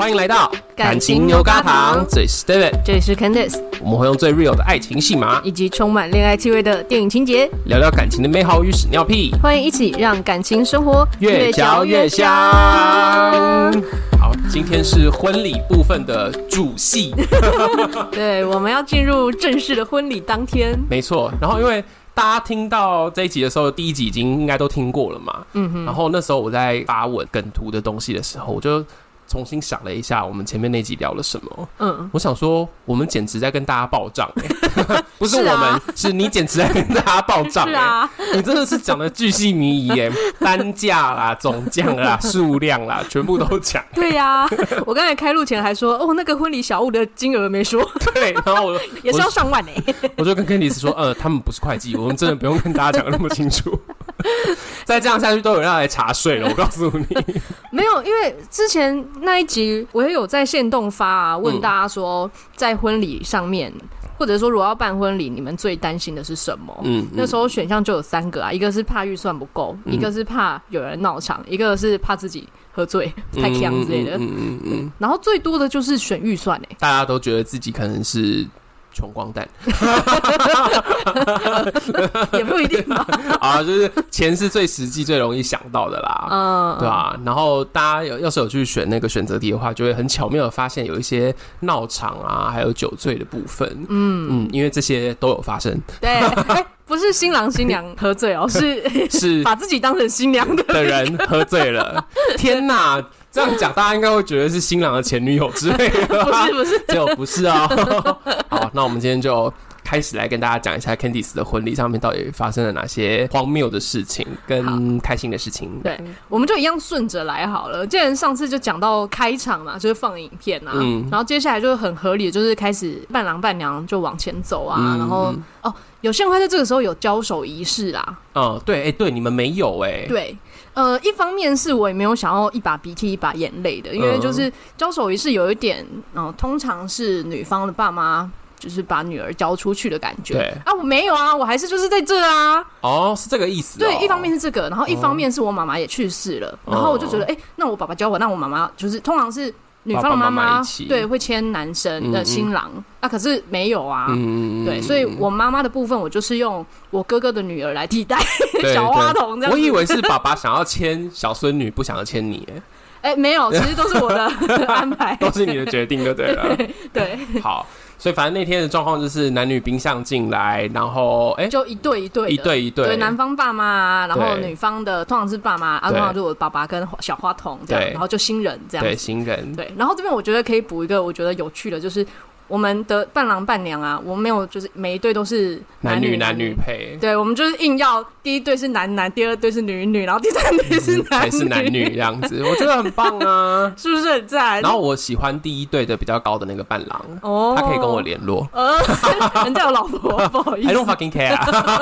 欢迎来到感情牛轧糖，这里是 David， 这里是 Candice， 我们会用最 real 的爱情戏码以及充满恋爱气味的电影情节， 聊聊感情的美好与屎尿屁。 欢迎一起让感情生活越嚼越香。好，今天是婚礼部分的主戏。 对，我们要进入正式的婚礼当天。 没错，然后因为大家听到这一集的时候，第一集已经应该都听过了嘛。然后那时候我在发文梗图的东西的时候，我就重新想了一下，我们前面那集聊了什么。我想说，我们简直在跟大家报账不是我们，是你简直在跟大家报账你真的是讲的巨细靡遗单价啦、总价啦、数量啦，全部都讲。 对呀，我刚才开录前还说，那个婚礼小物的金额没说。 对，然后也是要上万我就跟 Candice 说，他们不是会计，我们真的不用跟大家讲的那么清楚。再这样下去都有人要来查税了，我告诉你。 没有，因为之前那一集我也有在限动发问大家说，在婚礼上面，或者说如果要办婚礼，你们最担心的是什么？那时候选项就有3个啊，一个是怕预算不够，一个是怕有人闹场，一个是怕自己喝醉太呛之类的。然后最多的就是选预算大家都觉得自己可能是穷光蛋也不一定吧就是钱是最实际最容易想到的啦对吧然后大家要是有去选那个选择题的话，就会很巧妙的发现有一些闹场啊还有酒醉的部分因为这些都有发生。 对不是新郎新娘喝醉是把自己当成新娘的人喝醉了。天哪，这样讲大家应该会觉得是新郎的前女友之类的。 不是结果不是好，那我们今天就开始来跟大家讲一下 Candice 的婚礼上面到底发生了哪些荒谬的事情跟开心的事情。 对，我们就一样顺着来好了。既然上次就讲到开场嘛，就是放影片然后接下来就很合理的就是开始伴郎伴娘就往前走然后有些人会在这个时候有交手仪式对对，你们没有对一方面是我也没有想要一把鼻涕一把眼泪的，因为就是交手仪式有一点通常是女方的爸妈就是把女儿交出去的感觉。对我没有我还是就是在这是这个意思对，一方面是这个，然后一方面是我妈妈也去世了然后我就觉得那我爸爸交我，那我妈妈就是通常是女方的妈妈对会牵男生的新郎可是没有对，所以我妈妈的部分我就是用我哥哥的女儿来替代小花童这样子。 我以为是爸爸想要牵小孙女，不想要牵你没有，其实都是我的安排都是你的决定就对了对好，所以反正那天的状况就是男女宾相进来，然后就一对对，男方爸妈然后女方的通常是爸妈通常就我爸爸跟小花童这样，然后就新人这样子。 对，新人对，然后这边我觉得可以补一个我觉得有趣的，就是我们的伴郎伴娘我们没有就是每一对都是男女配，对，我们就是硬要第一对是男男，第二对是女女，然后第三对是才是男女这样子，我觉得很棒是不是很赞？ 然后我喜欢第一对的比较高的那个伴郎他可以跟我联络人家有老婆不好意思 I don't fucking care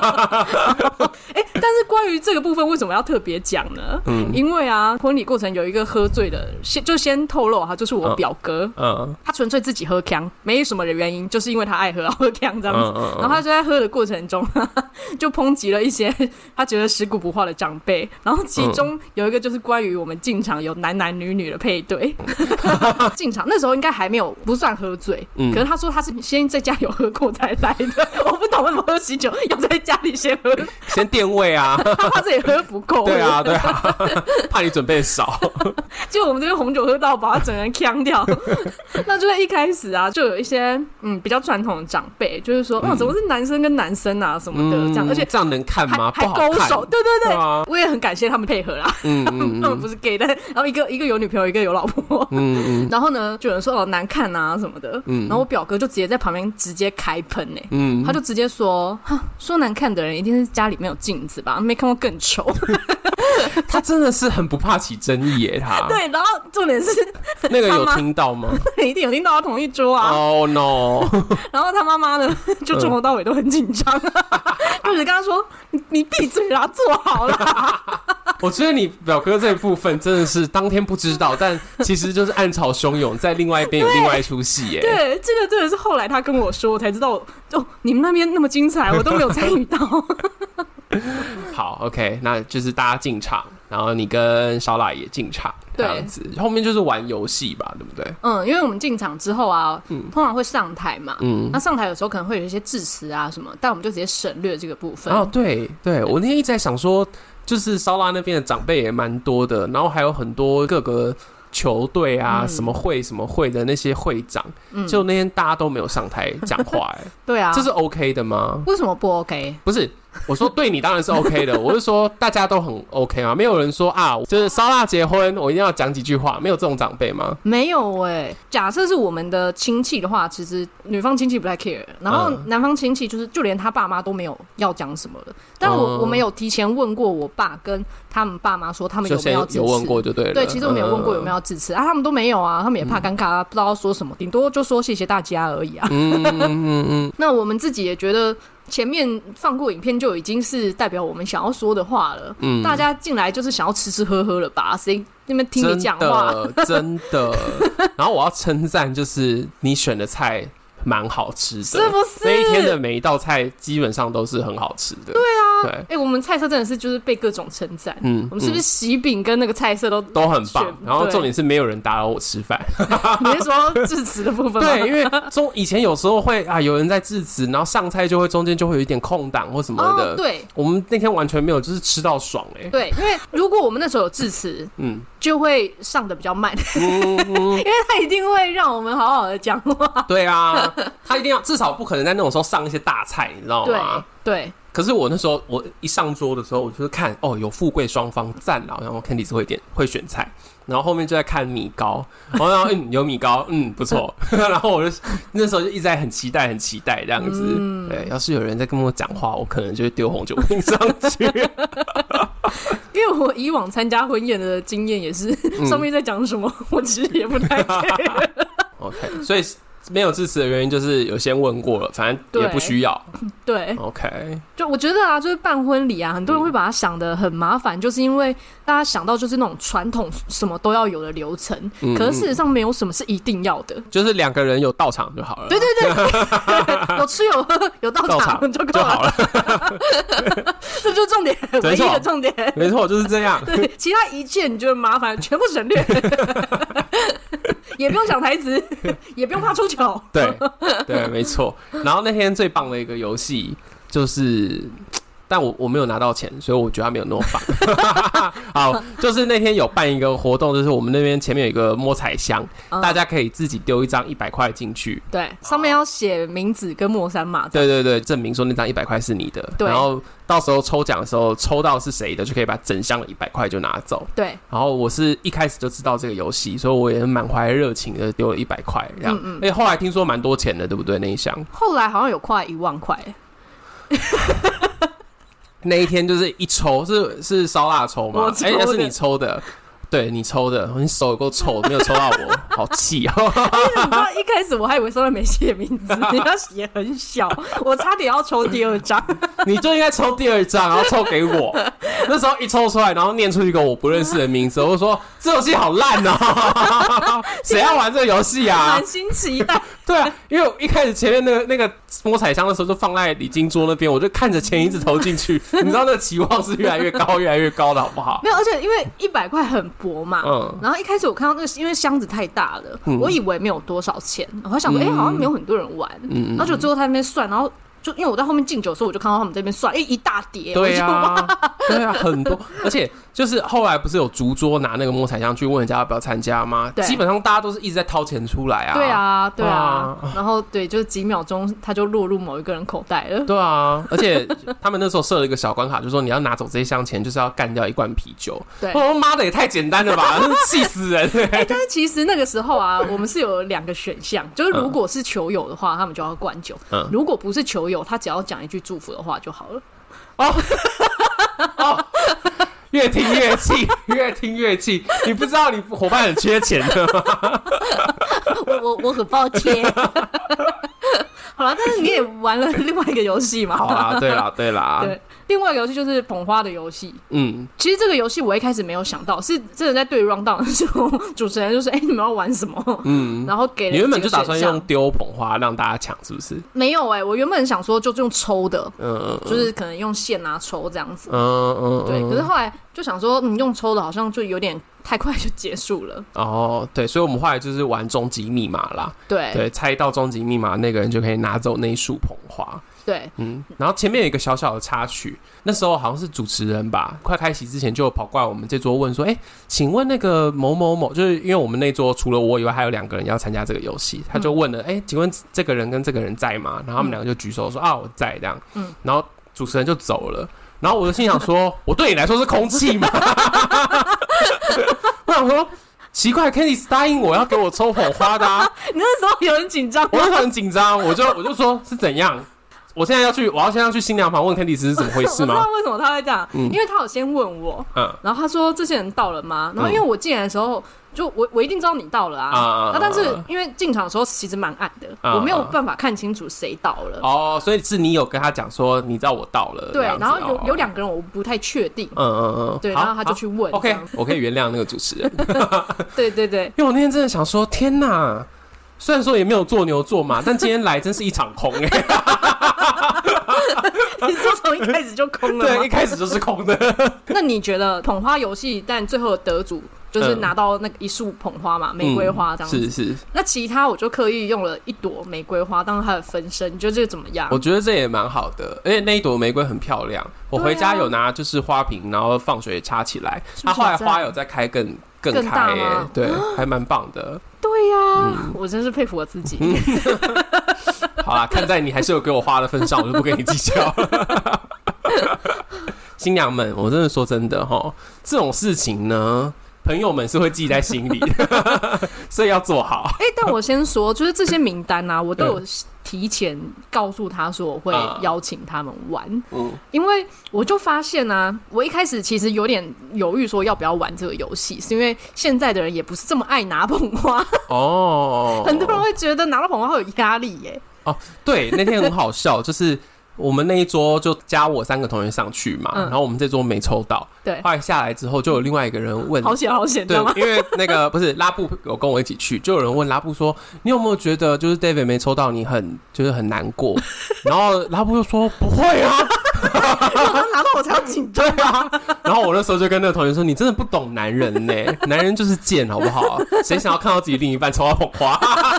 但是关于这个部分为什么要特别讲呢？因为婚礼过程有一个喝醉的就先透露就是我表哥他纯粹自己喝呛，没什么的原因，就是因为他爱喝喝呛这样子然后他就在喝的过程中就抨击了一些他觉得食古不化的长辈，然后其中有一个就是关于我们进场有男男女女的配对进场那时候应该还没有不算喝醉可是他说他是先在家里有喝过才来的我不懂为什么喝喜酒要在家里先喝先垫位他怕自己喝不够对啊怕你准备少结果我们这边红酒喝到把他整个人呛掉那就在一开始就有一些比较传统的长辈就是说怎么是男生跟男生什么的这样，而且这样能看吗？ 还勾手对对对我也很感谢他们配合啦他们不是 gay 但然后一个有女朋友一个有老婆然后呢就有人说难看什么的然后我表哥就直接在旁边直接开喷他就直接说难看的人一定是家里没有镜子吧，没看过更丑他真的是很不怕起争议他对，然后重点是那个有听到吗？ 一定有听到，他同一桌 Oh no 然后他妈妈呢就从头到尾都很紧张就是跟他说你闭嘴啦，坐好啦我觉得你表哥这一部分真的是当天不知道但其实就是暗潮汹涌在另外一边有另外一出戏对，这个真的是后来他跟我说我才知道你们那边那么精彩我都没有参与到好 OK 那就是大家进场然后你跟小喇也进场这样子。后面就是玩游戏吧，对不对？ 因为我们进场之后啊，通常会上台嘛，那上台有时候可能会有一些致辞啊什么，但我们就直接省略这个部分。 对，我那天一直在想说，就是烧腊那边的长辈也蛮多的，然后还有很多各个球队啊，什么会的那些会长，就那天大家都没有上台讲话， 对啊， 这是 OK 的吗？ 为什么不 OK？ 不是。我说对你当然是 OK 的，我是说大家都很 OK 吗？没有人说啊，就是烧腊结婚我一定要讲几句话，没有这种长辈吗？ 没有假设是我们的亲戚的话，其实女方亲戚不太 care， 然后男方亲戚就连他爸妈都没有要讲什么的。但我们有提前问过我爸跟他们爸妈说他们有没有致辞， 有问过就对了。 对，其实我们有问过有没有致辞他们都没有啊，他们也怕尴尬不知道说什么，顶多就说谢谢大家而已啊。那我们自己也觉得。前面放过影片就已经是代表我们想要说的话了，大家进来就是想要吃吃喝喝了吧？谁那边听你讲话？ 真的。然后我要称赞，就是你选的菜蛮好吃的， 是不是？ 那一天的每一道菜基本上都是很好吃的。 对啊，我们菜色真的是就是被各种称赞。我们是不是喜饼跟那个菜色都很棒？然后重点是没有人打扰我吃饭。 你是说致辞的部分吗？ 对，因为以前有时候会有人在致辞，然后上菜就会中间就会有一点空档或什么的。 对， 我们那天完全没有，就是吃到爽对，因为如果我们那时候有致辞，就会上的比较慢，因为他一定会让我们好好的讲话。 对啊，他一定要至少不可能在那种时候上一些大菜，你知道吗？ 对。 可是我那时候我一上桌的时候，我就是看有富贵双方赞了，然后 Candy 是会选菜，然后后面就在看米糕，然后有米糕，不错，然后我就那时候就一直在很期待这样子。对，要是有人在跟我讲话，我可能就会丢红酒瓶上去。 因为我以往参加婚宴的经验也是，上面在讲什么，我其实也不太 care。 OK， 所以没有致辞的原因就是有先问过了，反正也不需要。 对 ，OK。 就我觉得啊，就是办婚礼啊，很多人会把它想得很麻烦，就是因为大家想到就是那种传统什么都要有的流程，可是事实上没有什么是一定要的， 就是2个人有到场就好了。 对，有吃有喝有到场就够好了。这就是重点，唯一的重点。 没错，就是这样。 对，其他一切你觉得麻烦，全部省略。也不用想台词，也不用怕出糗。 对，没错。然后那天最棒的一个游戏就是，但我没有拿到钱，所以我觉得他没有那么棒。好，就是那天有办一个活动，就是我们那边前面有一个摸彩箱，大家可以自己丢一张100块进去， 对，上面要写名字跟末3码， 对，证明说那张100块是你的，然后到时候抽奖的时候抽到是谁的，就可以把整箱的100块就拿走。 对， 然后我是一开始就知道这个游戏，所以我也满怀热情的丢了100块，这样。而且后来听说蛮多钱的，对不对？那一箱后来好像有快1万块。 那一天就是一抽是烧腊抽吗？那是你抽的。对，你抽的，你手有够臭，没有抽到我，好气哦！ 你知道一开始我还以为上面没写名字，你要写很小，我差点要抽第2张。 你就应该抽第2张，然后抽给我。那时候一抽出来，然后念出一个我不认识的名字，我就说这游戏好烂哦，谁要玩这个游戏啊？ 满心期待。 对啊，因为我一开始前面那个摸彩箱的时候就放在礼金桌那边，我就看着钱一直投进去，你知道那个期望是越来越高的好不好？ 没有，而且因为100块很薄嘛，然后一开始我看到那个，因为箱子太大了，我以为没有多少钱，我还想说，好像没有很多人玩，然后就最后他那边算，然后就因为我在后面敬酒的时候，我就看到他们这边算，一大叠， 对啊，很多，而且就是后来不是有逐桌拿那个摸彩箱去问人家要不要参加吗？基本上大家都是一直在掏钱出来啊， 对啊，然后对，就是几秒钟他就落入某一个人口袋了， 对啊，而且他们那时候设了一个小关卡，就是说你要拿走这一箱钱，就是要干掉1罐啤酒。 对， 妈的也太简单了吧，气死人！ 但是其实那个时候啊，我们是有2个选项，就是如果是球友的话，他们就要灌酒；如果不是球友，他只要讲一句祝福的话就好了。 越听越气，越听越气。你不知道你伙伴很缺钱的吗？ 我很抱歉。好啦，但是你也玩了另外一个游戏嘛？ 好啦，对啦。 对，另外一个游戏就是捧花的游戏。其实这个游戏我一开始没有想到，是真的在对 round down 的时候，主持人就说：“你们要玩什么？”然后给了你原本就打算用丢捧花让大家抢，是不是？ 没有我原本想说就用抽的，就是可能用线抽这样子。对，可是后来就想说，你用抽的好像就有点太快就结束了。 哦，对，所以我们后来就是玩终极密码啦。对，猜到终极密码那个人就可以拿走那一束捧花。 对， 然后前面有一个小小的插曲，那时候好像是主持人吧，快开席之前就跑过来我们这桌问说：“请问那个某某某，就是因为我们那桌除了我以外还有2个人要参加这个游戏，他就问了：请问这个人跟这个人在吗？”然后他们2个就举手说：“我在。”这样，然后主持人就走了，然后我就心想说：“我对你来说是空气吗？”我想说。奇怪 ，Candice 答应我要给我抽捧花的啊！ 你那时候有很紧张吗？ 我那时候很紧张，我就说是怎样？我现在要去新娘房问 Candice 是怎么回事吗？ 我知道为什么他会这样，因为他有先问我，然后他说这些人到了吗？然后因为我进来的时候。就我一定知道你到了啊，但是因为进场的时候其实蛮暗的，我没有办法看清楚谁到了。哦， 所以是你有跟他讲说你知道我到了， 对，然后有2个人我不太确定，对，然后他就去问 ，OK， 我可以原谅那个主持人， 对，因为我那天真的想说，天哪，虽然说也没有做牛做马，但今天来真是一场空你说从一开始就空了吗？ 对，一开始就是空的。 那你觉得捧花游戏，但最后的得主？就是拿到那一束捧花嘛，玫瑰花这样子。 是。 那其他我就刻意用了一朵玫瑰花当它的分身，你觉得这个怎么样？ 我觉得这也蛮好的，而且那一朵玫瑰很漂亮。我回家有拿就是花瓶，然后放水插起来，它后来花有在开更开耶，对，还蛮棒的。 对呀，我真是佩服我自己。 好啦，看在你还是有给我花的份上，我就不跟你计较了。新娘们，我真的说真的齁，这种事情呢。朋友们是会记在心里所以要做好。 但我先说，就是这些名单啊，我都有提前告诉他说我会邀请他们玩。因为我就发现啊，我一开始其实有点犹豫说要不要玩这个游戏，是因为现在的人也不是这么爱拿捧花很多人会觉得拿到捧花会有压力耶。 对，那天很好笑，就是我们那一桌就加我3个同学上去嘛，然后我们这桌没抽到， 对， 后来下来之后就有另外一个人问， 好险， 对，因为那个不是拉布有跟我一起去，就有人问拉布说，你有没有觉得就是 David 没抽到你很难过？然后拉布就说不会啊， 他拿到我才要紧张啊。然后我那时候就跟那个同学说，你真的不懂男人呢，男人就是贱好不好？谁想要看到自己另一半抽到捧花？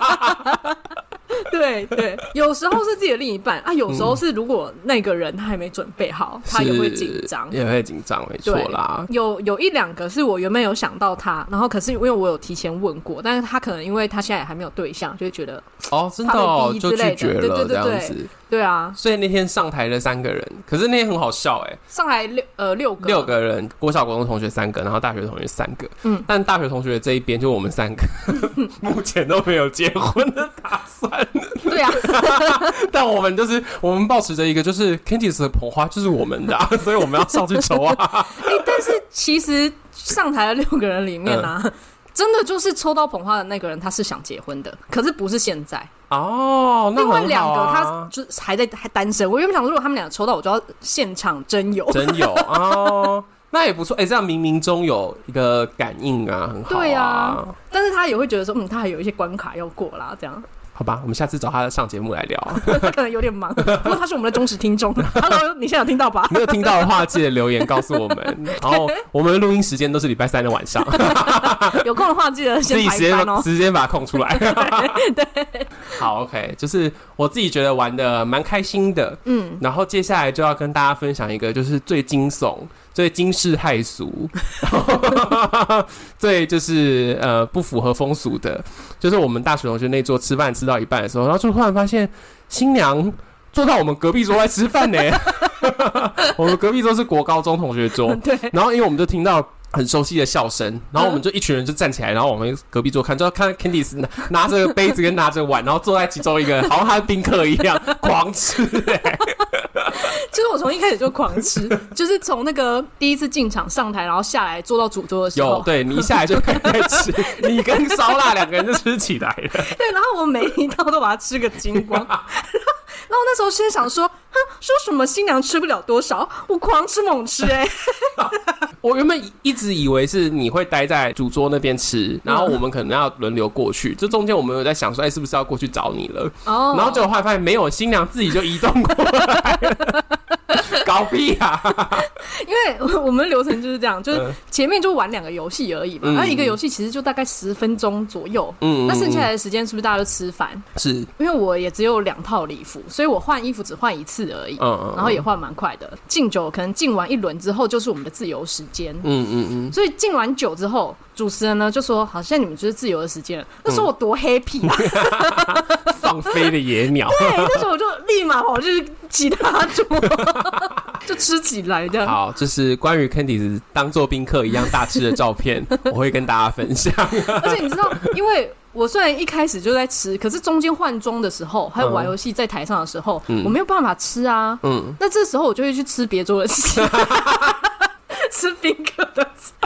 对，有时候是自己的另一半啊，有时候是如果那个人他还没准备好，他也会紧张， 没错啦。 有1-2个是我原本有想到他，然后可是因为我有提前问过，但是他可能因为他现在也还没有对象，就会觉得真的就拒绝了这样子。 对啊， 所以那天上台的3个人，可是那天很好笑上台6 个人，国小国中同学3个，然后大学同学3个，但大学同学这一边就我们3个目前都没有结婚的打算。 对啊， 但我们抱持着一个就是 Candice 的捧花就是我们的所以我们要上去抽啊。 但是其实上台的6个人里面啊，真的就是抽到捧花的那个人他是想结婚的，可是不是现在那另外2个他就还单身。我原本想说如果他们2个抽到我就要现场真有那也不错，这样冥冥中有一个感应啊，很好对啊，但是他也会觉得说他还有一些关卡要过啦，这样好吧，我们下次找他上节目来聊他可能有点忙，不过他是我们的忠实听众。Hello， 你现在有听到吧？ 没有听到的话记得留言告诉我们。然后我们的录音时间都是礼拜3的晚上有空的话记得先排班时间把它空出来对， 好 OK， 就是我自己觉得玩的蛮开心的。然后接下来就要跟大家分享一个就是最惊悚最惊世骇俗最就是不符合风俗的，就是我们大学同学那桌吃饭吃到一半的时候，然后就突然发现新娘坐到我们隔壁桌来吃饭呢我们隔壁桌是国高中同学桌，对，然后因为我们就听到很熟悉的笑声，然后我们就一群人就站起来，然后往隔壁桌看，就要看 Candice 拿着杯子跟拿着碗，然后坐在其中一个好像他是宾客一样狂吃就是我从一开始就狂吃，就是从那个第一次进场上台，然后下来坐到主桌的时候， 对，你一下来就开始吃你跟烧腊2个人就吃起来了对，然后我每一道都把它吃个精光然后那时候先想说说什么新娘吃不了多少，我狂吃猛吃我原本一直以为是你会待在主桌那边吃，然后我们可能要轮流过去，这中间我们有在想说是不是要过去找你了然后结果后来发现没有，新娘自己就移动过来了搞搞屁啊！ 因为我们流程就是这样，就是前面就玩2个游戏而已嘛，那一个游戏其实就大概10分钟左右，那剩下来的时间是不是大家都吃饭？ 是因为我也只有2套礼服，所以我换衣服只换1次而已，然后也换蛮快的。敬酒可能敬完1轮之后就是我们的自由时间，所以敬完酒之后，主持人呢就说：“好，现在你们就是自由的时间了。”那时候我多 happy 啊！ 放飞的野鸟。 对，那时候我就立马跑去其他桌，就吃起来这样。 好，这是关于 Candice 当做宾客一样大吃的照片，我会跟大家分享。 而且你知道，因为我虽然一开始就在吃，可是中间换装的时候，还有玩游戏在台上的时候，我没有办法吃啊。那这时候我就会去吃别桌的菜，吃宾客的菜。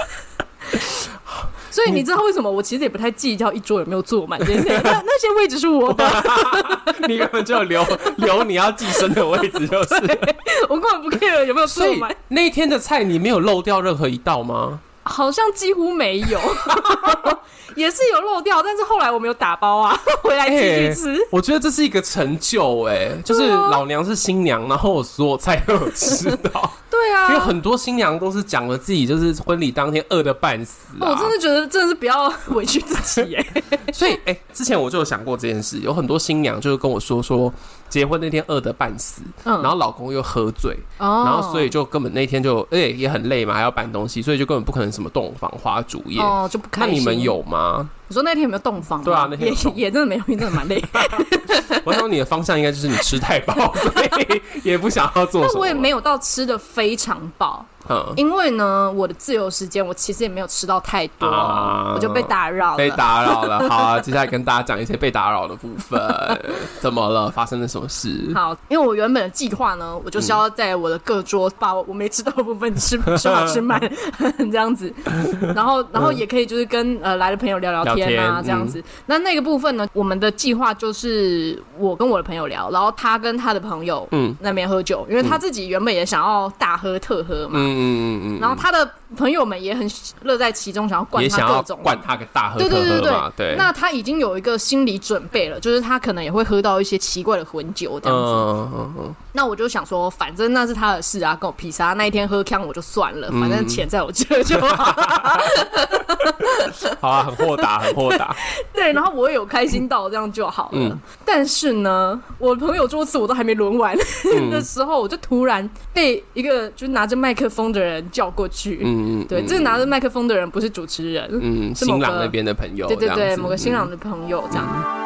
所以你知道为什么我其实也不太计较一桌有没有坐满这些，那些位置是我的。 你根本就有留你要寄生的位置，就是我根本不 care 有没有坐满。 所以那一天的菜你没有漏掉任何一道吗？ 好像几乎没有。也是有漏掉，但是后来我们有打包啊，回来继续吃。 我觉得这是一个成就就是老娘是新娘，然后我所有菜都有吃到。 对啊， 因为很多新娘都是讲了自己就是婚礼当天饿得半死我真的觉得真的是不要委屈自己所以之前我就有想过这件事，有很多新娘就是跟我说结婚那天饿得半死，然后老公又喝醉，然后所以就根本那天就也很累嘛，还要搬东西，所以就根本不可能什么洞房花烛夜就不开心。 那你们有吗？ 你说那天有没有洞房？ 对啊，那天也真的没有，真的蛮累。 我想你的方向应该就是你吃太饱，所以也不想要做什么。 但我也没有到吃的非常饱。因为呢，我的自由时间我其实也没有吃到太多，我就被打扰了。好啊， 接下来跟大家讲一些被打扰的部分。怎么了？发生了什么事？ 好，因为我原本的计划呢，我就是要在我的各桌把我没吃到的部分吃好吃满这样子，然后也可以就是跟来的朋友聊聊天啊这样子。那个部分呢，我们的计划就是我跟我的朋友聊，然后他跟他的朋友那边喝酒，因为他自己原本也想要大喝特喝嘛。然后他的朋友们也很乐在其中，想要灌他各种， 也想要灌他个大喝特喝嘛。对， 那他已经有一个心理准备了，就是他可能也会喝到一些奇怪的混酒这样子。那我就想说，反正那是他的事啊，跟我屁事啊。那一天喝康我就算了，反正钱在我这就好。 好啊，很豁达，很豁达。 对，然后我也有开心到，这样就好了。但是呢，我的朋友桌次我都还没轮完的时候，我就突然被一个就是拿着麦克风的人叫过去。对，这个拿着麦克风的人不是主持人， 新郎那边的朋友。 对，某个新郎的朋友这样。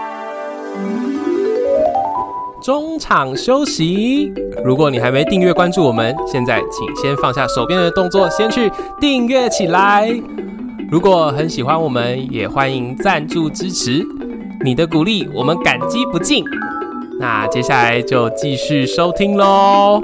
中场休息。如果你还没订阅关注我们，现在请先放下手边的动作，先去订阅起来。如果很喜欢我们，也欢迎赞助支持，你的鼓励我们感激不尽。那接下来就继续收听咯。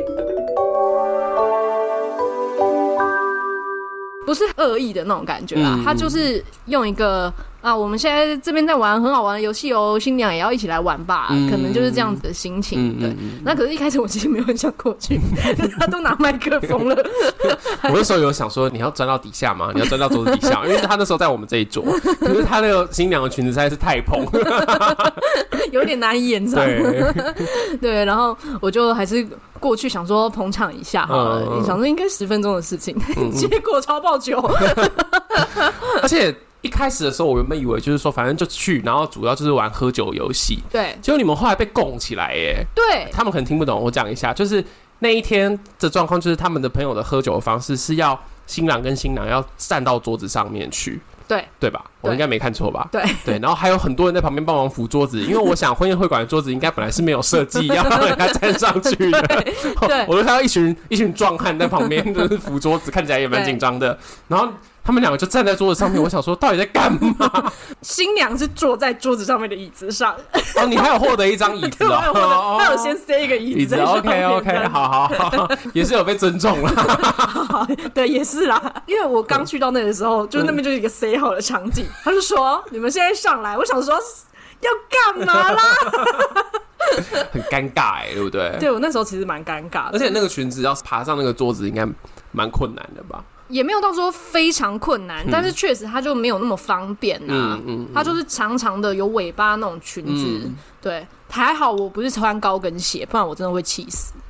不是恶意的那种感觉啦，他就是用一个我们现在这边在玩很好玩的游戏哦，新娘也要一起来玩吧，可能就是这样子的心情。对，那可是一开始我其实没有很想过去，他都拿麦克风了。 我那时候有想说，你要钻到底下吗？你要钻到桌子底下，因为他那时候在我们这一桌，可是他那个新娘的裙子实在是太蓬， 有点难以掩藏。对，然后我就还是过去想说捧场一下好了，想说应该10分钟的事情，结果超爆久。 而且一开始的时候，我原本以为就是说，反正就去，然后主要就是玩喝酒游戏。 对， 结果你们后来被供起来耶。 对， 他们可能听不懂，我讲一下，就是那一天的状况，就是他们的朋友的喝酒的方式是要新郎跟新娘要站到桌子上面去。对吧？我应该没看错吧？对，然后还有很多人在旁边帮忙扶桌子，因为我想婚宴会馆的桌子应该本来是没有设计要让人家站上去的。对，我就看到一群壮汉在旁边就是扶桌子，看起来也蛮紧张的。然后他们两个就站在桌子上面，我想说到底在干嘛？ 新娘是坐在桌子上面的椅子上。 你还有获得一张椅子哦？他有先塞一个椅子。 OK， 好，也是有被尊重啦。 对，也是啦。因为我刚去到那的时候，就那边就是一个塞好的场景。他就说：“你们现在上来。”我想说要干嘛啦？ 很尴尬对不对？ 对，我那时候其实蛮尴尬的， 而且那个裙子要爬上那个桌子，应该蛮困难的吧？ 也没有到说非常困难，但是确实它就没有那么方便啊。它就是长长的有尾巴那种裙子。对，还好我不是穿高跟鞋，不然我真的会气死。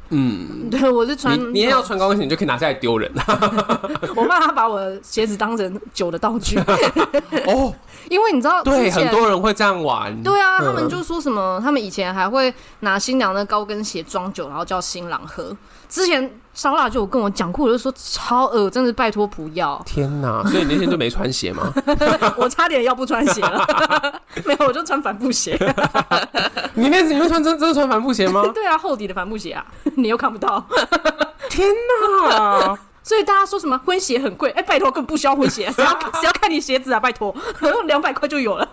对，我是穿你也要穿高跟鞋，你就可以拿下来丢人。 我怕他把我的鞋子当成酒的道具。 哦， 因为你知道， 对，很多人会这样玩。 对啊，他们就说什么，他们以前还会拿新娘的高跟鞋装酒，然后叫新郎喝。之前烧腊就有跟我讲过，我就说超恶，真的拜托不要。 天哪！所以你那天就没穿鞋吗？ 我差点要不穿鞋了，没有，我就穿帆布鞋。 你会穿真的穿帆布鞋吗？ 对啊，厚底的帆布鞋啊，你又看不到。 天哪！ 所以大家说什么婚鞋很贵？拜托，根本不需要婚鞋，谁要看你鞋子啊？拜托，200块就有了。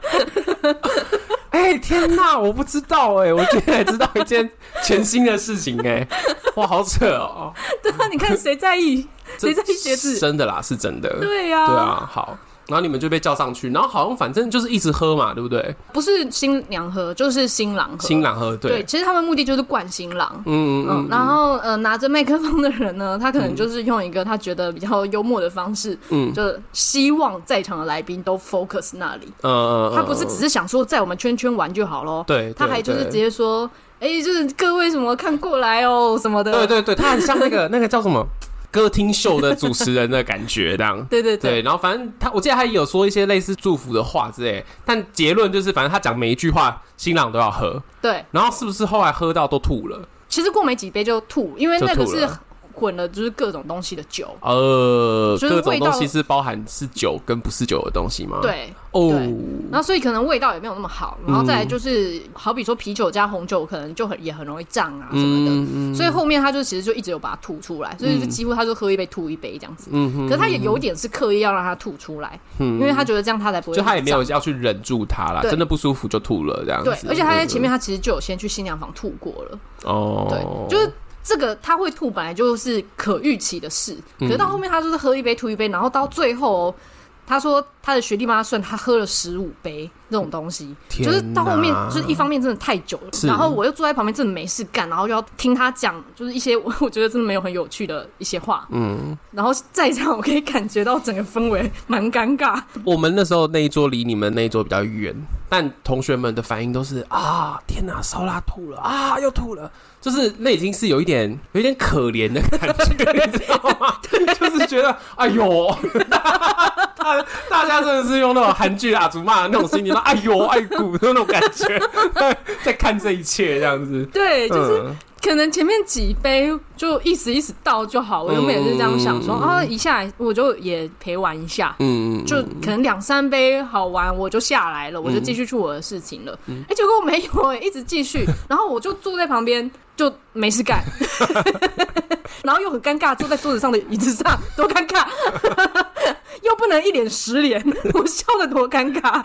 天哪，我不知道我今天才知道一件全新的事情哇，好扯哦。 对啊，你看谁在意鞋子？ 真的啦，是真的。 对啊， 对啊，好。然后你们就被叫上去，然后好像反正就是一直喝嘛，对不对？ 不是新娘喝，就是新郎喝。 新郎喝，对。 其实他们目的就是灌新郎。然后拿着麦克风的人呢，他可能就是用一个他觉得比较幽默的方式，就希望在场的来宾都 focus 那里。他不是只是想说在我们圈圈玩就好咯。 对， 他还就是直接说，就是各位什么看过来哦什么的。 对，他很像那个叫什么？歌厅秀的主持人的感觉，这样。 对， 然后反正我记得他也有说一些类似祝福的话之类，但结论就是，反正他讲每一句话，新郎都要喝。对，然后是不是后来喝到都吐了？ 其实过没几杯就吐，因为那个是混了就是各种东西的酒。 就是各种东西是包含是酒跟不是酒的东西吗？ 对。然后所以可能味道也没有那么好，然后再来就是好比说啤酒加红酒可能就也很容易胀啊什么的，所以后面他就其实就一直有把它吐出来，所以就几乎他就喝一杯吐一杯这样子。可是他也有点是刻意要让他吐出来，因为他觉得这样他才不会， 就他也没有要去忍住他啦，真的不舒服就吐了这样子。 对，而且他在前面他其实就有先去新娘房吐过了。对，就是这个他会吐本来就是可预期的事，可是到后面他就是喝一杯吐一杯，然后到最后他说他的学弟帮他算，他喝了15杯这种东西，就是到后面就是一方面真的太久了，然后我又坐在旁边真的没事干，然后又要听他讲就是一些我觉得真的没有很有趣的一些话，然后在场我可以感觉到整个氛围蛮尴尬。 我们那时候那一桌离你们那一桌比较远，但同学们的反应都是天哪，烧腊吐了又吐了，就是那已经是有一点可怜的感觉，你知道吗？就是觉得哎呦，大家真的是用那种韩剧阿祖骂的那种心情，哎呦爱骨那种感觉，在看这一切这样子。 对，就是可能前面几杯就意思到就好，我原本也是这样想说一下来我就也陪玩一下，就可能2-3杯好玩我就下来了，我就继续去我的事情了。结果没有一直继续，然后我就坐在旁边就没事干，然后又很尴尬，坐在桌子上的椅子上，多尴尬，又不能一脸实脸，我笑得多尴尬。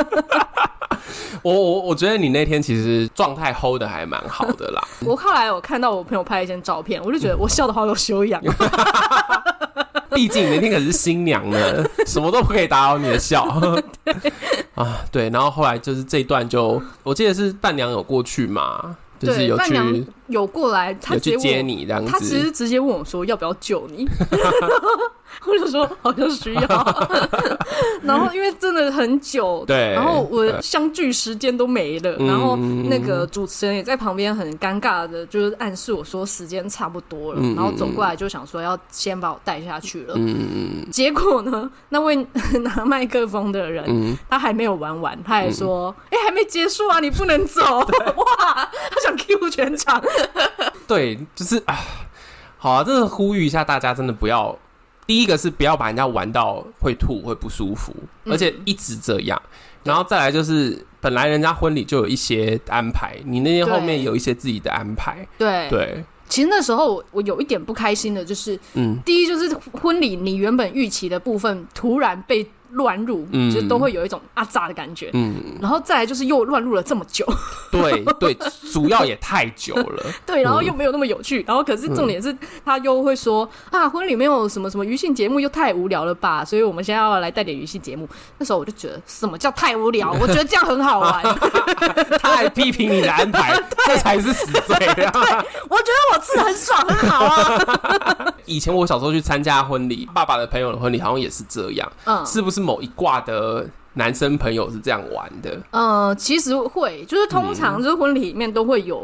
我觉得你那天其实状态 hold 的还蛮好的啦。 我后来有看到我朋友拍一些照片，我就觉得我笑得好有修养。 毕竟你那天可是新娘呢，什么都不可以打扰你的笑。对，然后后来就是这一段我记得是伴娘有过去嘛。就是有去伴娘有过来，他有去接你这样子， 他其实直接问我说要不要救你，我就说好像需要。然后因为真的很久，对，然后我相聚时间都没了，然后那个主持人也在旁边很尴尬的，就是暗示我说时间差不多了，然后走过来就想说要先把我带下去了。结果呢，那位拿麦克风的人，他还没有玩完，他还说还没结束啊，你不能走。哇，他想 Q 全场。 对，就是好啊，真的呼吁一下大家，真的不要，第一个是不要把人家玩到会吐会不舒服，而且一直这样，然后再来就是本来人家婚礼就有一些安排，你那天后面有一些自己的安排。对， 其实那时候我有一点不开心的就是，第一就是婚礼你原本预期的部分突然被乱入，就都会有一种阿杂的感觉。然后再来就是又乱入了这么久。对， 主要也太久了。 对，然后又没有那么有趣。然后可是重点是他又会说婚礼没有什么什么娱性节目，又太无聊了吧？所以我们现在要来带点娱性节目。那时候我就觉得什么叫太无聊？我觉得这样很好玩。 他还批评你的安排，这才是死罪。对， 我觉得我吃得很爽，很好啊。 以前我小时候去参加婚礼，爸爸的朋友的婚礼好像也是这样。是不是某一挂的男生朋友是这样玩的？ 其实会，就是通常就是婚礼里面都会有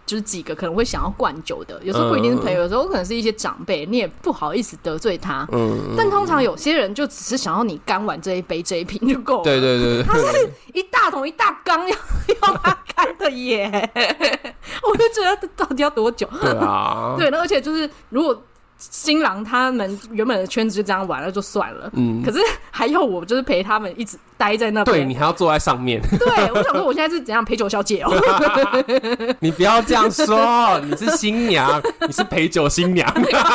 就是几个可能会想要灌酒的，有时候不一定是朋友，有时候可能是一些长辈，你也不好意思得罪他。但通常有些人就只是想要你干完这一杯这一瓶就够了。 对对对对， 他是一大桶一大缸要他干的耶，我就觉得到底要多久？ 对啊， 对，而且就是如果新郎他们原本的圈子就这样玩了就算了，可是还要我就是陪他们一直待在那边， 对你还要坐在上面。 对，我想说我现在是怎样陪酒小姐哦。 你不要这样说，你是新娘，你是陪酒新娘。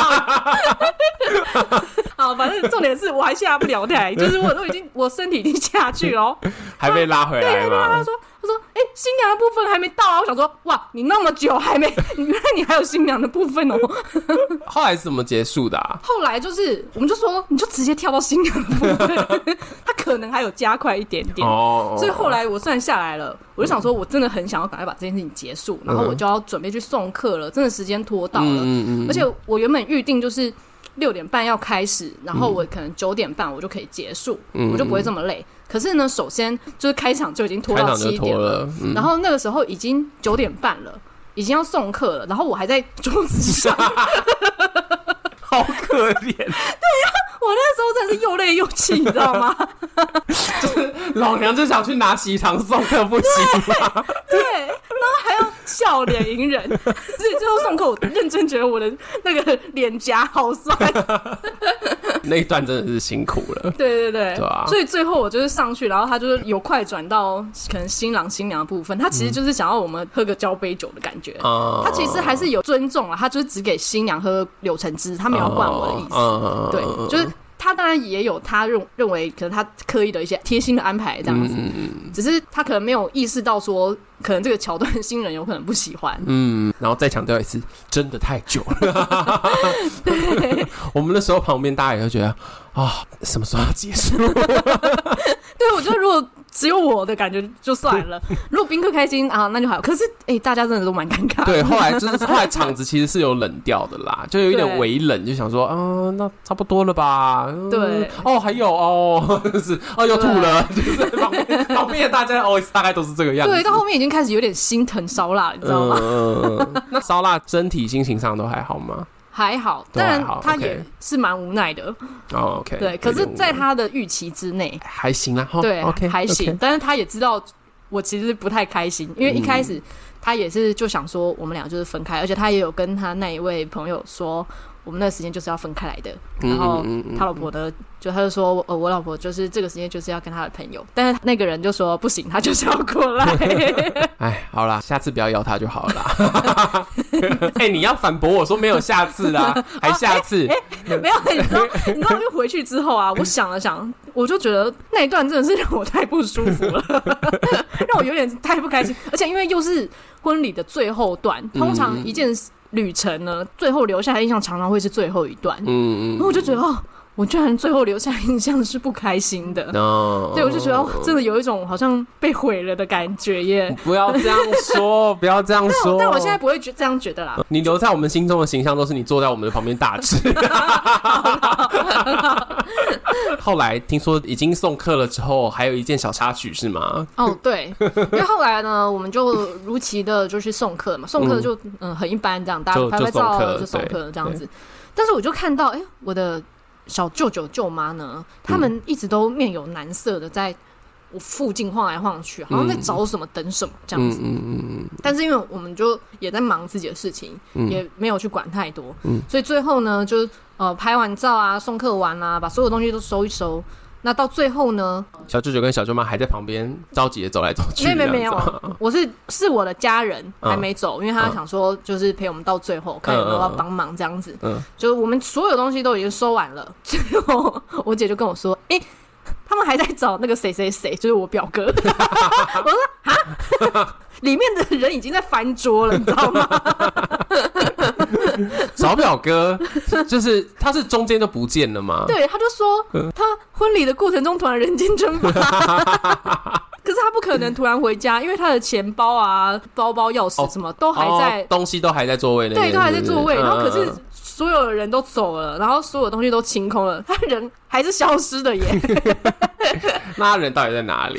好，反正重点是我还下不了台，就是我身体已经下去了， 还被拉回来吗？ 他说新娘的部分还没到啊！我想说，哇，你那么久还没，原来你还有新娘的部分哦。 后来是怎么结束的啊？ 后来就是我们就说，你就直接跳到新娘的部分，他可能还有加快一点点。所以后来我虽然下来了，我就想说，我真的很想要赶快把这件事情结束，然后我就要准备去送客了，真的时间拖到了。而且我原本预定就是6点半要开始，然后我可能9点半我就可以结束，我就不会这么累。可是呢，首先就是开场就已经拖到7点了，然后那个时候已经9点半了，已经要送客了，然后我还在桌子上， 好可怜。 对呀，我那时候真的是又累又气，你知道吗？ 就是老娘就想去拿喜糖送客，不行吗？ 对，然后还要笑脸迎人，所以最后送客，我认真觉得我的那个脸颊好酸。 那一段真的是辛苦了。 对对对， 对啊。 所以最后我就是上去，然后他就是有快转到可能新郎新娘的部分，他其实就是想要我们喝个交杯酒的感觉。他其实还是有尊重啊，他就是只给新娘喝柳橙汁，他没有灌我的意思。对，就是。他当然也有他认为可能他刻意的一些贴心的安排这样子，只是他可能没有意识到说，可能这个桥段新人有可能不喜欢。然后再强调一次，真的太久了。对，我们那时候旁边大家也会觉得什么时候要结束？ 对，我觉得如果只有我的感觉就算了，如果宾客开心啊，那就好。可是大家真的都蛮尴尬的。 对，后来场子其实是有冷掉的啦，就有一点微冷，就想说那差不多了吧。 对， 还有就是又吐了，就是旁边的大家大概都是这个样子。 对，到后面已经开始有点心疼烧腊，你知道吗？ 那烧腊身体心情上都还好吗？ 还好，当然他也是蛮无奈的。 OK， 对，可是在他的预期之内， 还行啦。 对 ，OK， 还行。但是他也知道我其实不太开心，因为一开始他也是就想说我们俩就是分开，而且他也有跟他那一位朋友说，我们那个时间就是要分开来的。然后他老婆呢，他就说我老婆就是这个时间就是要跟他的朋友，但是那个人就说不行，他就是要过来。 好啦，下次不要邀他就好了啦。你要反驳我说没有下次啦，还下次？ 没有，你知道就回去之后啊，我想了想，我就觉得那一段真的是让我太不舒服了，让我有点太不开心，而且因为又是婚礼的最后段，通常一件旅程呢，最后留下的印象常常会是最后一段。然后我就觉得我居然最后留下印象是不开心的。对，我就觉得真的有一种好像被毁了的感觉耶。 不要这样说，不要这样说。 但我现在不会这样觉得啦。 你留在我们心中的形象都是你坐在我们的旁边大吃。后来听说已经送客了之后，还有一件小插曲是吗？ 对，因为后来呢，我们就如期的就去送客嘛，送客就很一般这样，大家拍拍照就送客这样子。但是我就看到，我的小舅舅舅妈呢，他们一直都面有难色的在我附近晃来晃去，好像在找什么等什么这样子。但是因为我们就也在忙自己的事情，也没有去管太多，所以最后呢，就拍完照啊，送客完啊，把所有东西都收一收。那到最后呢， 小舅舅跟小舅妈还在旁边着急的走来走去。 没有，我是我的家人还没走，因为他想说就是陪我们到最后，看有没有要帮忙这样子。就是我们所有东西都已经收完了，最后我姐就跟我说，他们还在找那个谁谁谁，就是我表哥。我说里面的人已经在翻桌了，你知道吗？ 找表哥，就是他是中间就不见了吗？ 对，他就说他婚礼的过程中突然人间蒸发。可是他不可能突然回家，因为他的钱包啊、包包、钥匙什么都还在， 东西都还在座位那边， 对，都还在座位。然后可是所有的人都走了，然后所有东西都清空了，他人还是消失的耶。 那他人到底在哪里？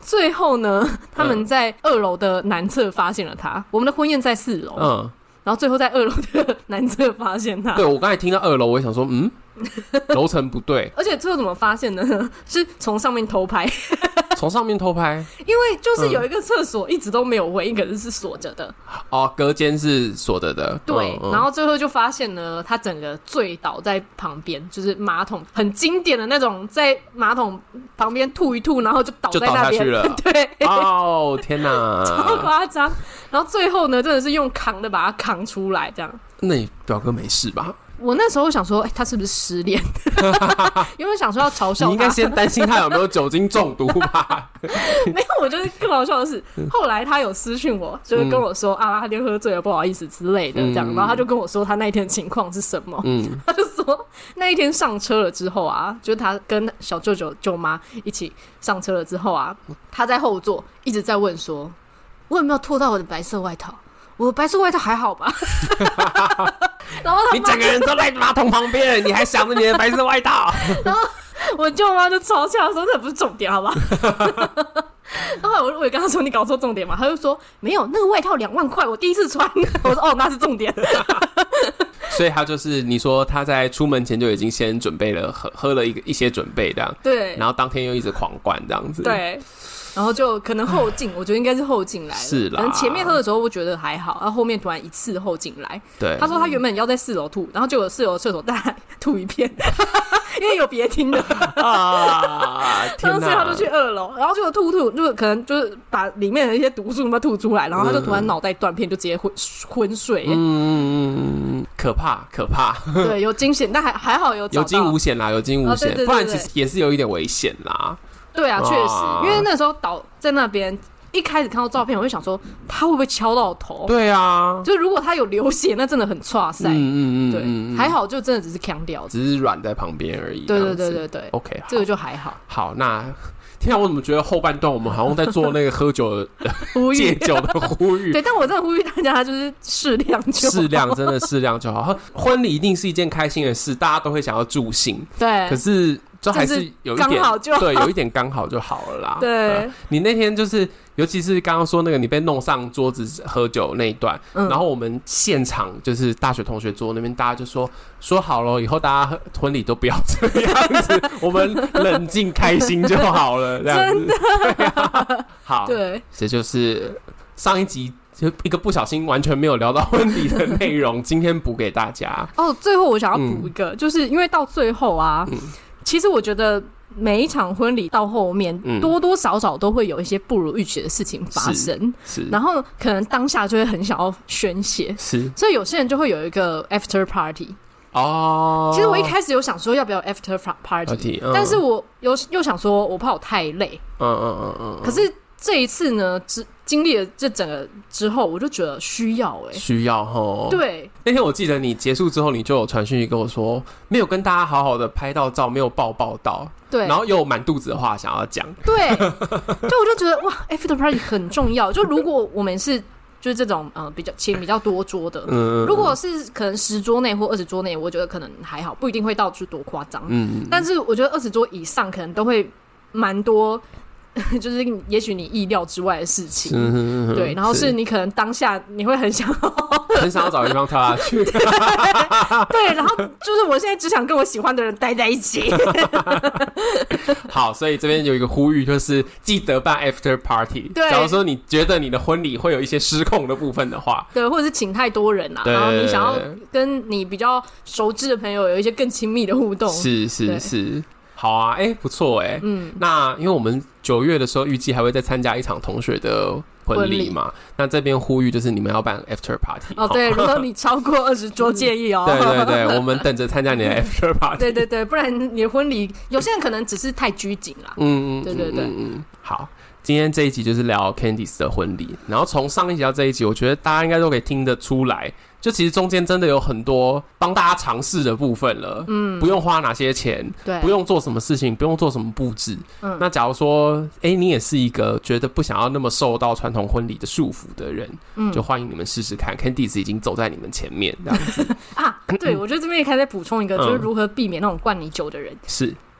最后呢，他们在2楼的南侧发现了他。我们的婚宴在4楼，然后最后在2楼的南侧发现他。 对，我刚才听到2楼，我也想说，楼层不对。 而且最后怎么发现呢？是从上面偷拍。 从上面偷拍， 因为就是有一个厕所一直都没有回应，可是是锁着的。 哦，隔间是锁着的。 对，然后最后就发现呢，他整个醉倒在旁边，就是马桶很经典的那种，在马桶旁边吐一吐，然后就倒在那边， 就倒下去了。 对， 哦天哪， 超夸张。然后最后呢，真的是用扛的把他扛出来，这样。 那你表哥没事吧？ 我那时候想说，他是不是失恋？因为想说要嘲笑他， 你应该先担心他有没有酒精中毒吧？ 没有，我觉得更好笑的是，后来他有私讯我，就是跟我说啊，他今天喝醉了，不好意思之类的，这样。然后他就跟我说他那一天的情况是什么。他就说那一天上车了之后啊，就是他跟小舅舅舅妈一起上车了之后啊，他在后座一直在问说，我有没有脱到我的白色外套？我的白色外套还好吧？然后你整个人都在马桶旁边，你还想着你的白色外套？ 然后我舅妈就嘲笑说：“那不是重点，好吧？”然后我也跟他说：“你搞错重点嘛？”他就说：“没有，那个外套2万块，我第一次穿。”我说：“哦，那是重点。” 所以他就是你说他在出门前就已经先准备了喝了一些准备这样， 对， 然后当天又一直狂灌这样子， 对。然后就可能后劲，我觉得应该是后劲来了。 是啦， 可能前面喝的时候我觉得还好，然后后面突然一次后劲来。 对， 他说他原本要在4楼吐，然后结果4楼的厕所大概吐一片，因为有别厅的啊，然后所以他就去2楼，然后结果吐，就可能就是把里面的一些毒素吐出来，然后他就突然脑袋断片，就直接昏睡。 可怕。 对，有惊险，但还好有惊无险啦，有惊无险， 对， 不然其实也是有一点危险啦。 对啊，确实，因为那时候倒在那边，一开始看到照片，我就想说他会不会敲到头？ 对啊， 就如果他有流血，那真的很挫赛。对，还好，就真的只是呛掉， 只是软在旁边而已。 对 ，OK， 这个就还好。 好，那天啊，我怎么觉得后半段我们好像在做那个喝酒戒酒的呼吁？ 对，但我真的呼吁大家，就是适量就好， 真的适量就好。婚礼一定是一件开心的事，大家都会想要助兴。 对， 可是。就还是有一点刚好就好， 对，有一点刚好就好了啦。 对， 你那天就是，尤其是刚刚说那个你被弄上桌子喝酒那一段，然后我们现场就是大学同学桌那边，大家就说好了，以后大家婚礼都不要这样子，我们冷静开心就好了，这样子。真的，对啊，好，对，这就是上一集。就一个不小心完全没有聊到婚礼的内容，今天补给大家。哦， 最后我想要补一个，就是因为到最后啊，其实我觉得每一场婚礼到后面，多多少少都会有一些不如预期的事情发生，是，然后可能当下就会很想要宣泄，是，所以有些人就会有一个 after party。哦，其实我一开始有想说要不要 after party，但是我又想说我怕我太累，可是这一次呢，经历了这整个之后，我就觉得需要需要齁。对， 那天我记得你结束之后，你就有传讯息跟我说，没有跟大家好好的拍到照，没有抱到，对，然后又有满肚子的话想要讲， 对，就我就觉得哇 ，after party 很重要。就如果我们是就是这种请比较多桌的，如果是可能10桌内或20桌内，我觉得可能还好，不一定会到处多夸张。但是我觉得20桌以上可能都会蛮多。就是也许你意料之外的事情，对，然后是你可能当下你会很想要找地方跳下去， 对，然后就是我现在只想跟我喜欢的人待在一起。 好，所以这边有一个呼吁，就是记得办 after party。对，假如说你觉得你的婚礼会有一些失控的部分的话， 对，或者是请太多人啊，然后你想要跟你比较熟知的朋友有一些更亲密的互动， 是。好啊，不错那因为我们9月的时候预计还会再参加一场同学的婚礼嘛，那这边呼吁就是你们要办 after party 哦，对，如果你超过20桌建议哦， 对，我们等着参加你的 after party， 对，不然你的婚礼有些人可能只是太拘谨啦，对， 好。今天这一集就是聊 Candice 的婚礼，然后从上一集到这一集，我觉得大家应该都可以听得出来，就其实中间真的有很多帮大家尝试的部分了，不用花哪些钱，对，不用做什么事情，不用做什么布置，那假如说，你也是一个觉得不想要那么受到传统婚礼的束缚的人，就欢迎你们试试看 ，Candice 已经走在你们前面这样子啊，对，我觉得这边也可以再补充一个，就是如何避免那种灌你酒的人。 是。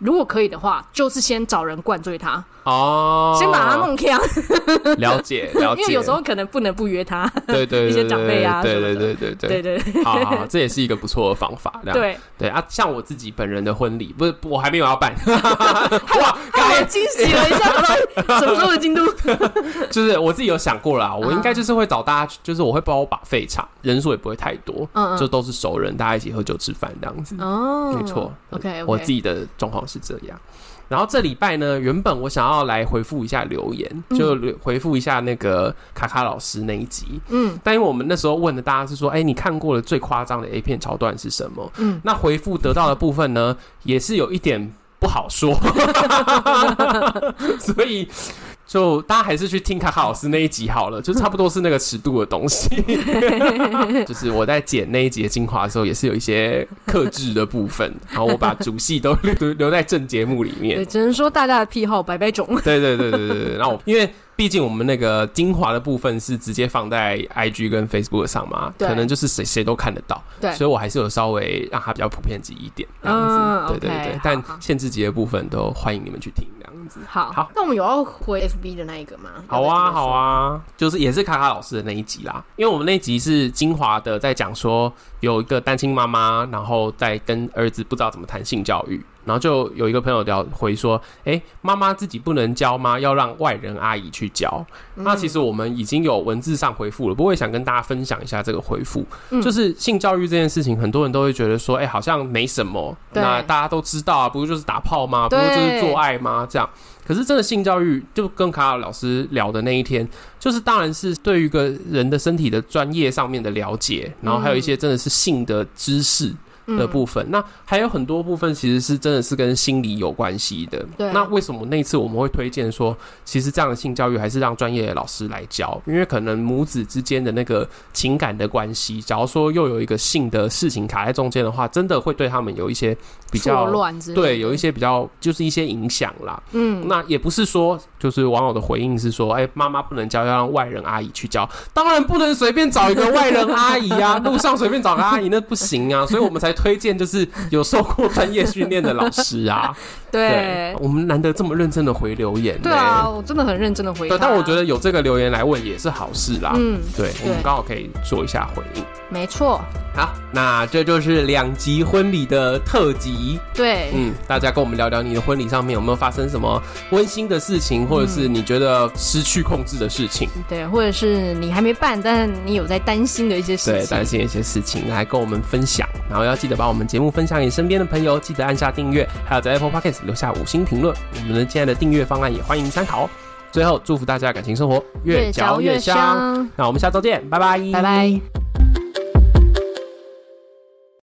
如果可以的话，就是先找人灌醉他。 哦， 先把他弄呛。 了解了解， 因为有时候可能不能不约他， 对对对， 一些长辈啊， 对对对对对对对，好，这也是一个不错的方法。 对对啊，像我自己本人的婚礼，不是我还没有要办， 哇，刚才惊喜了一下，什么时候的进度？ 就是我自己有想过啦，我应该就是会找大家，就是我会包把费场，人数也不会太多，就都是熟人，大家一起喝酒吃饭这样子。哦，没错 ，OK， 我自己的状况是这样。然后这礼拜呢，原本我想要来回复一下留言，就回复一下那个卡卡老师那一集。但因为我们那时候问的大家是说，你看过的最夸张的 A 片桥段是什么？那回复得到的部分呢，也是有一点不好说，所以就大家还是去听卡卡老师那一集好了，就差不多是那个尺度的东西。就是我在剪那一集的精华的时候，也是有一些克制的部分，然后我把主戏都留在正节目里面。 对，只能说大家的癖好百百种。 对对对对对对。然后因为毕竟我们那个精华的部分是直接放在 IG 跟 Facebook 上嘛，可能就是谁都看得到，对，所以我还是有稍微让它比较普遍级一点这样子。对对对，但限制级的部分都欢迎你们去听这样子。 好，那我们有要回 FB 的那一个吗？ 好啊好啊，就是也是卡卡老师的那一集啦，因为我们那一集是精华的，在讲说有一个单亲妈妈，然后在跟儿子不知道怎么谈性教育。然后就有一个朋友回说，妈妈自己不能教吗？要让外人阿姨去教。那其实我们已经有文字上回复了，不过我也想跟大家分享一下这个回复。就是性教育这件事情，很多人都会觉得说，好像没什么，那大家都知道啊，不是就是打炮吗？不是就是做爱吗？这样。可是真的性教育，就跟卡卡老师聊的那一天，就是当然是对于一个人的身体的专业上面的了解，然后还有一些真的是性的知识的部分，那还有很多部分其实是真的是跟心理有关系的。那为什么那一次我们会推荐说，其实这样的性教育还是让专业的老师来教？因为可能母子之间的那个情感的关系，假如说又有一个性的事情卡在中间的话，真的会对他们有一些比较错乱之类的， 对，有一些比较就是一些影响啦。那也不是说就是网友的回应是说，妈妈不能教，要让外人阿姨去教。当然不能随便找一个外人阿姨啊，路上随便找个阿姨那不行啊，所以我们才推荐就是有受过专业训练的老师啊。对，我们难得这么认真的回留言。 对啊，我真的很认真的回。 对，但我觉得有这个留言来问也是好事啦。对，我们刚好可以做一下回应。 没错。 好，那这就是2集婚礼的特辑。 对， 大家跟我们聊聊你的婚礼上面有没有发生什么温馨的事情，或者是你觉得失去控制的事情。对， 或者是你还没办，但你有在担心的一些事情。 对，担心的一些事情来跟我们分享，然后要记得把我们节目分享给身边的朋友，记得按下订阅，还有在 Apple Podcast 留下5星评论。我们的现在的订阅方案也欢迎参考。最后，祝福大家感情生活越嚼越香。那我们下周见，拜拜， 拜拜。